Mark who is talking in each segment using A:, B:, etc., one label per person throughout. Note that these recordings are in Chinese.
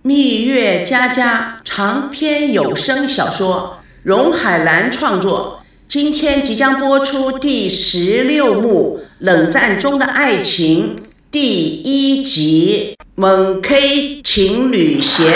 A: 蜜月佳佳长篇有声小说，荣海兰创作，今天即将播出第16幕《冷战中的爱情》第1集猛 K 情侣鞋。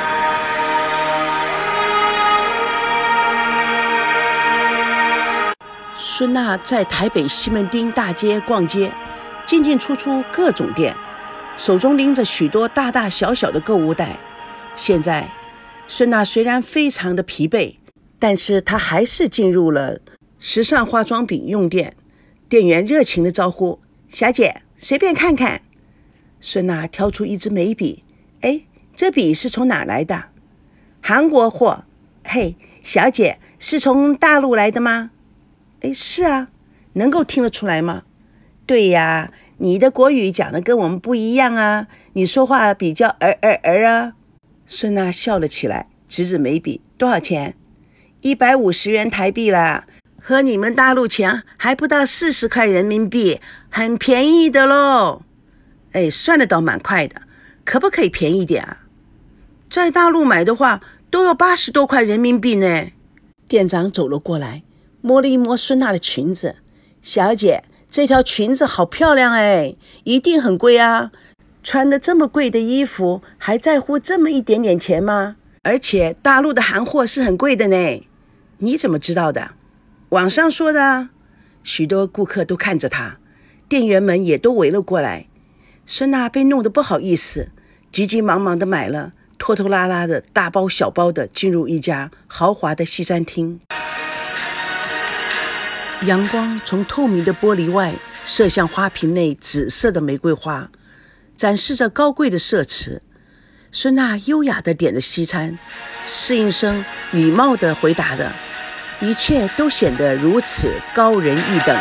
A: 孙娜在台北西门町大街逛街，进进出出各种店，手中拎着许多大大小小的购物袋。现在孙娜虽然非常的疲惫，但是她还是进入了时尚化妆品用店。店员热情的招呼：小姐，随便看看。孙娜挑出一支眉笔，这笔是从哪来的？韩国货。嘿，小姐，是从大陆来的吗？是啊，能够听得出来吗？对呀，你的国语讲的跟我们不一样啊，你说话比较啊。孙娜笑了起来，指指眉笔，多少钱？150元台币啦，和你们大陆钱还不到40块人民币，很便宜的咯。算得倒蛮快的，可不可以便宜点啊？在大陆买的话都要80多块人民币呢。店长走了过来，摸了一摸孙娜的裙子，小姐，这条裙子好漂亮一定很贵啊，穿的这么贵的衣服还在乎这么一点点钱吗？而且大陆的韩货是很贵的呢。你怎么知道的？网上说的啊。许多顾客都看着他，店员们也都围了过来。孙娜被弄得不好意思，急急忙忙的买了，拖拖拉拉的大包小包的进入一家豪华的西餐厅。阳光从透明的玻璃外射向花瓶内紫色的玫瑰花，展示着高贵的色词。孙娜优雅地点着西餐，侍应生礼貌地回答的，一切都显得如此高人一等。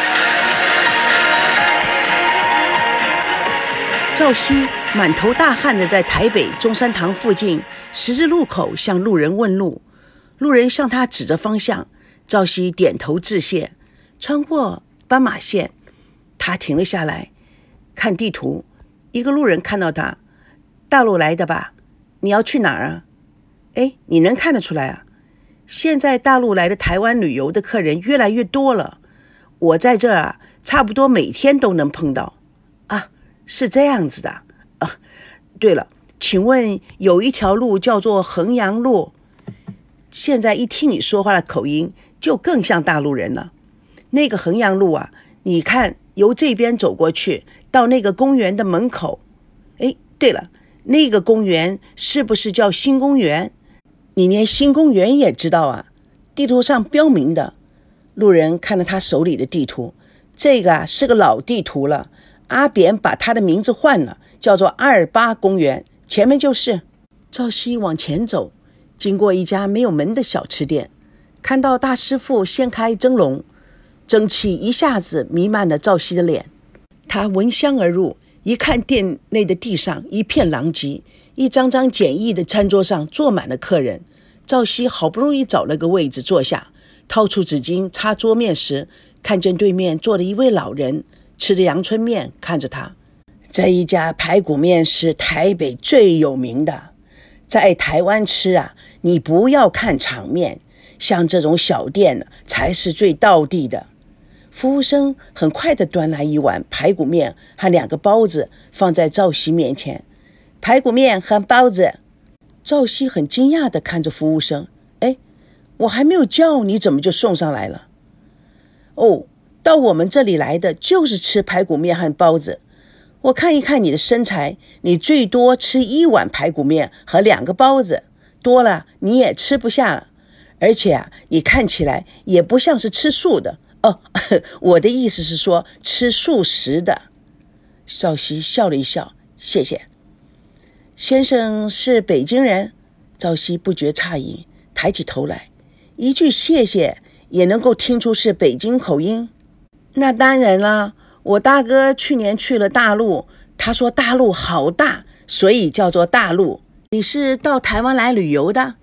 A: 赵熙满头大汗地在台北中山堂附近十字路口向路人问路，路人向他指着方向，赵熙点头致谢。穿过斑马线，他停了下来，看地图。一个路人看到他，大陆来的吧？你要去哪儿啊？你能看得出来啊？现在大陆来的台湾旅游的客人越来越多了，我在这儿差不多每天都能碰到。是这样子的对了，请问有一条路叫做衡阳路？现在一听你说话的口音，就更像大陆人了。那个衡阳路你看由这边走过去，到那个公园的门口。对了，那个公园是不是叫新公园？你连新公园也知道啊？地图上标明的。路人看了他手里的地图，这个是个老地图了，阿扁把他的名字换了，叫做28公园，前面就是。赵熙往前走，经过一家没有门的小吃店，看到大师傅掀开蒸笼，蒸汽一下子弥漫了赵熙的脸。他闻香而入，一看店内的地上一片狼藉，一张张简易的餐桌上坐满了客人。赵熙好不容易找了个位置坐下，掏出纸巾擦桌面时，看见对面坐了一位老人，吃着阳春面看着他。这一家排骨面是台北最有名的，在台湾吃你不要看场面，像这种小店才是最道地的。服务生很快地端来一碗排骨面和2个包子，放在赵熙面前。排骨面和包子。赵熙很惊讶地看着服务生，我还没有叫，你怎么就送上来了？到我们这里来的就是吃排骨面和包子。我看一看你的身材，你最多吃1碗排骨面和2个包子，多了你也吃不下了。而且你看起来也不像是吃素的。我的意思是说吃素食的。赵熙笑了一笑，谢谢。先生是北京人？赵熙不觉诧异，抬起头来，一句谢谢也能够听出是北京口音。那当然了，我大哥去年去了大陆，他说大陆好大，所以叫做大陆。你是到台湾来旅游的？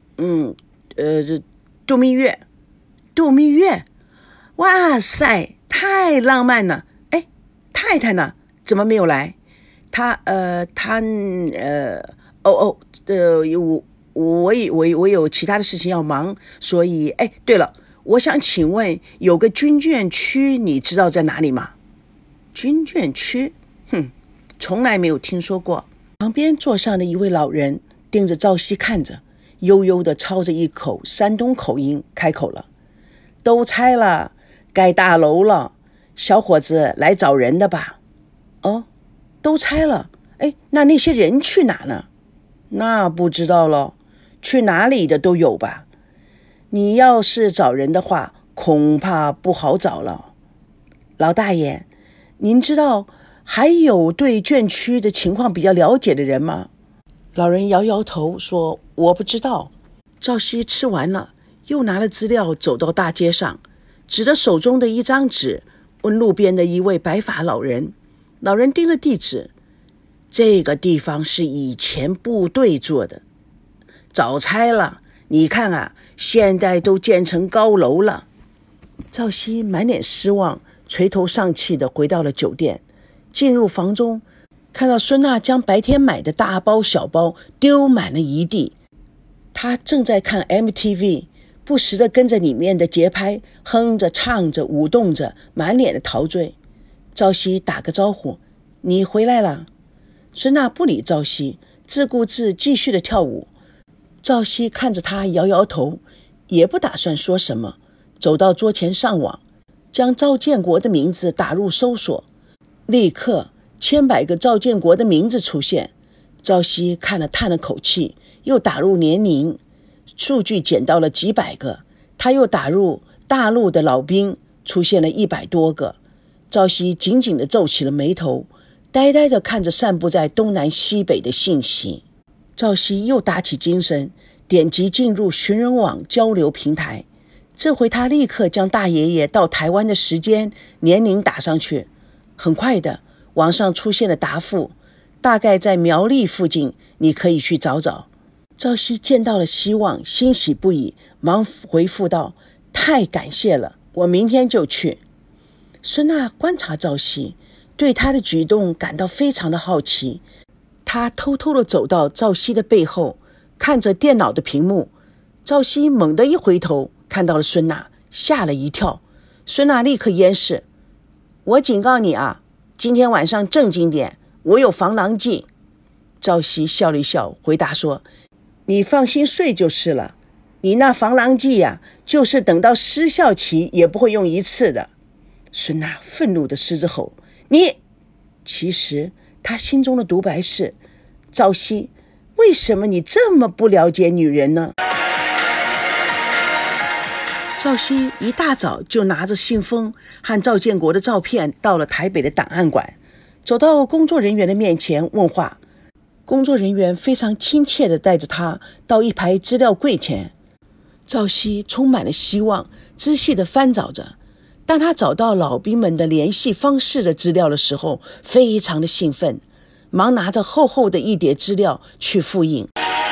A: 度蜜月。度蜜月？哇塞，太浪漫了。太太呢？怎么没有来？ 我有其他的事情要忙，所以对了，我想请问有个军眷区你知道在哪里吗？军眷区？从来没有听说过。旁边坐上的一位老人盯着赵熙看着，悠悠地操着一口山东口音开口了：都拆了，盖大楼了，小伙子来找人的吧？哦，都拆了，那些人去哪呢？那不知道了，去哪里的都有吧。你要是找人的话，恐怕不好找了。老大爷，您知道还有对眷区的情况比较了解的人吗？老人摇摇头说：我不知道。赵熙吃完了，又拿了资料走到大街上，指着手中的一张纸问路边的一位白发老人。老人盯着地址，这个地方是以前部队做的，早拆了，你看啊，现在都建成高楼了。赵熙满脸失望，垂头丧气地回到了酒店。进入房中，看到孙娜将白天买的大包小包丢满了一地。她正在看 MTV， 不时地跟着里面的节拍哼着唱着舞动着，满脸的陶醉。赵熙打个招呼：你回来了。孙娜不理赵熙，自顾自继续的跳舞。赵熙看着她摇摇头，也不打算说什么，走到桌前上网，将赵建国的名字打入搜索，立刻千百个赵建国的名字出现。赵熙看了叹了口气，又打入年龄，数据捡到了几百个。他又打入大陆的老兵，出现了100多个。赵熙紧紧地皱起了眉头，呆呆地看着散布在东南西北的信息。赵熙又打起精神，点击进入寻人网交流平台。这回他立刻将大爷爷到台湾的时间、年龄打上去。很快的，网上出现了答复，大概在苗栗附近，你可以去找找。赵熙见到了希望，欣喜不已，忙回复道：太感谢了，我明天就去。孙娜观察赵熙，对他的举动感到非常的好奇。他偷偷地走到赵熙的背后，看着电脑的屏幕。赵熙猛地一回头，看到了孙娜，吓了一跳。孙娜立刻淹视：我警告你啊，今天晚上正经点，我有防狼剂。赵熙笑了一笑，回答说：你放心睡就是了，你那防狼剂呀，就是等到失效期也不会用一次的。孙娜愤怒地狮子吼：你！其实她心中的独白是：赵熙，为什么你这么不了解女人呢？赵熙一大早就拿着信封和赵建国的照片到了台北的档案馆，走到工作人员的面前问话。工作人员非常亲切地带着他到一排资料柜前。赵熙充满了希望，仔细地翻找着。当他找到老兵们的联系方式的资料的时候，非常的兴奋，忙拿着厚厚的一叠资料去复印。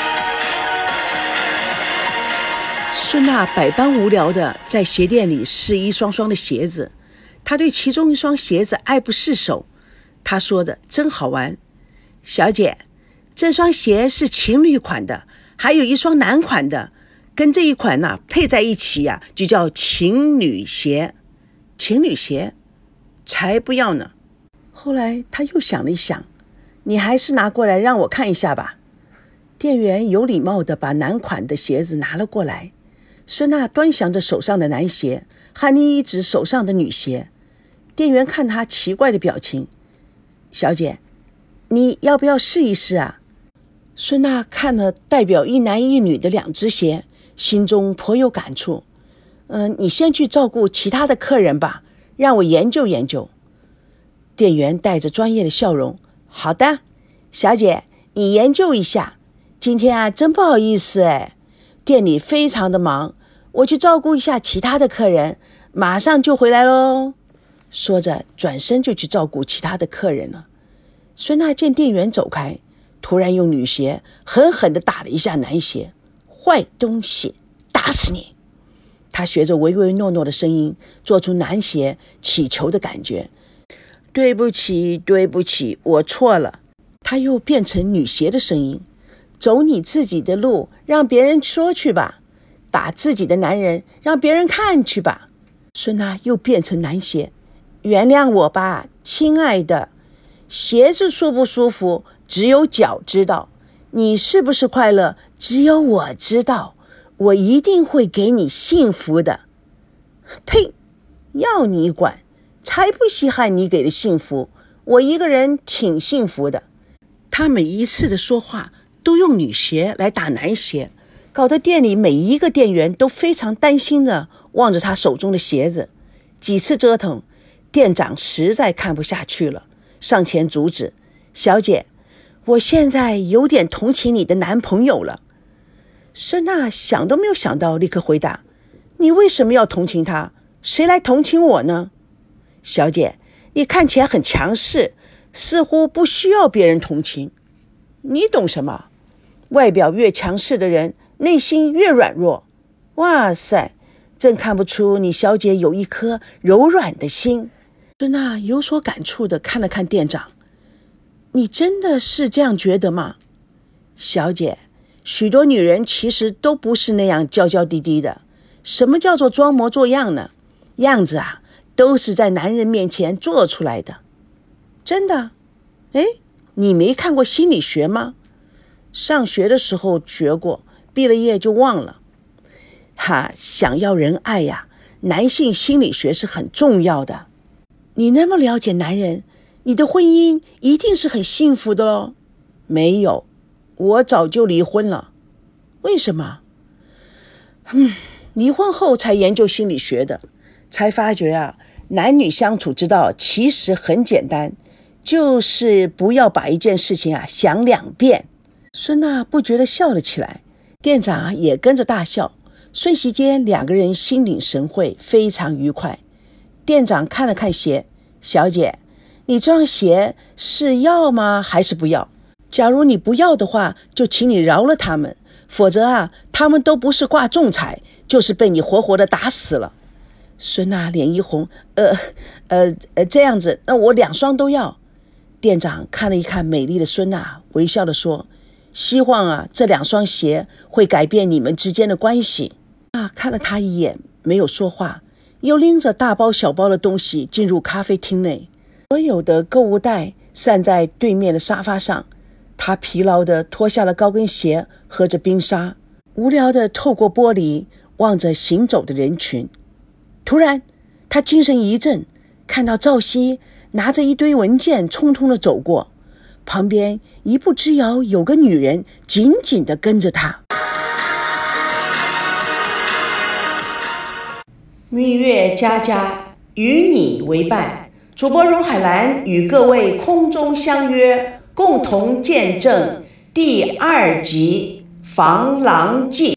A: 孙娜百般无聊的在鞋店里试一双双的鞋子，她对其中一双鞋子爱不释手。她说的真好玩：小姐，这双鞋是情侣款的，还有一双男款的，跟这一款配在一起就叫情侣鞋。情侣鞋？才不要呢。后来他又想了一想：你还是拿过来让我看一下吧。店员有礼貌地把男款的鞋子拿了过来。孙娜端详着手上的男鞋和另一只手上的女鞋。店员看他奇怪的表情：小姐，你要不要试一试啊？孙娜看了代表一男一女的2只鞋，心中颇有感触。你先去照顾其他的客人吧，让我研究研究。店员带着专业的笑容：好的，小姐，你研究一下。今天真不好意思店里非常的忙，我去照顾一下其他的客人，马上就回来咯。说着转身就去照顾其他的客人了。孙娜见店员走开，突然用女鞋狠狠地打了一下男鞋：坏东西，打死你！他学着唯唯诺诺的声音，做出男鞋乞求的感觉：对不起，对不起，我错了。他又变成女鞋的声音： 走你自己的路，让别人说去吧，打自己的男人，让别人看去吧。孙娜又变成男鞋，原谅我吧，亲爱的，鞋子舒不舒服，只有脚知道，你是不是快乐，只有我知道，我一定会给你幸福的。呸，要你管，才不稀罕你给的幸福，我一个人挺幸福的。他每一次的说话都用女鞋来打男鞋，搞得店里每一个店员都非常担心的望着他手中的鞋子。几次折腾，店长实在看不下去了，上前阻止：小姐，我现在有点同情你的男朋友了。孙娜想都没有想到，立刻回答：你为什么要同情他？谁来同情我呢？小姐，你看起来很强势，似乎不需要别人同情。你懂什么？外表越强势的人，内心越软弱。哇塞，真看不出你小姐有一颗柔软的心。孙娜有所感触地看了看店长：你真的是这样觉得吗？小姐，许多女人其实都不是那样娇娇滴滴的。什么叫做装模作样呢？样子啊，都是在男人面前做出来的。真的？诶，你没看过心理学吗？上学的时候学过，毕了业就忘了。想要人爱呀，男性心理学是很重要的。你那么了解男人，你的婚姻一定是很幸福的咯。没有，我早就离婚了。为什么？离婚后才研究心理学的，才发觉男女相处之道其实很简单，就是不要把一件事情想两遍。孙娜不觉得笑了起来，店长也跟着大笑，瞬息间两个人心领神会，非常愉快。店长看了看鞋：小姐，你这双鞋是要吗还是不要？假如你不要的话，就请你饶了他们，否则他们都不是挂仲裁，就是被你活活的打死了。孙娜脸一红，这样子，那我2双都要。店长看了一看美丽的孙娜，微笑地说：希望这2双鞋会改变你们之间的关系。看了他一眼，没有说话，又拎着大包小包的东西进入咖啡厅内。所有的购物袋散在对面的沙发上，他疲劳地脱下了高跟鞋，喝着冰沙，无聊地透过玻璃望着行走的人群。突然他精神一振，看到赵熙拿着一堆文件匆匆地走过，旁边一步之遥有个女人紧紧地跟着他。蜜月佳佳与你为伴，主播荣海兰与各位空中相约，共同见证第2集《防狼记》。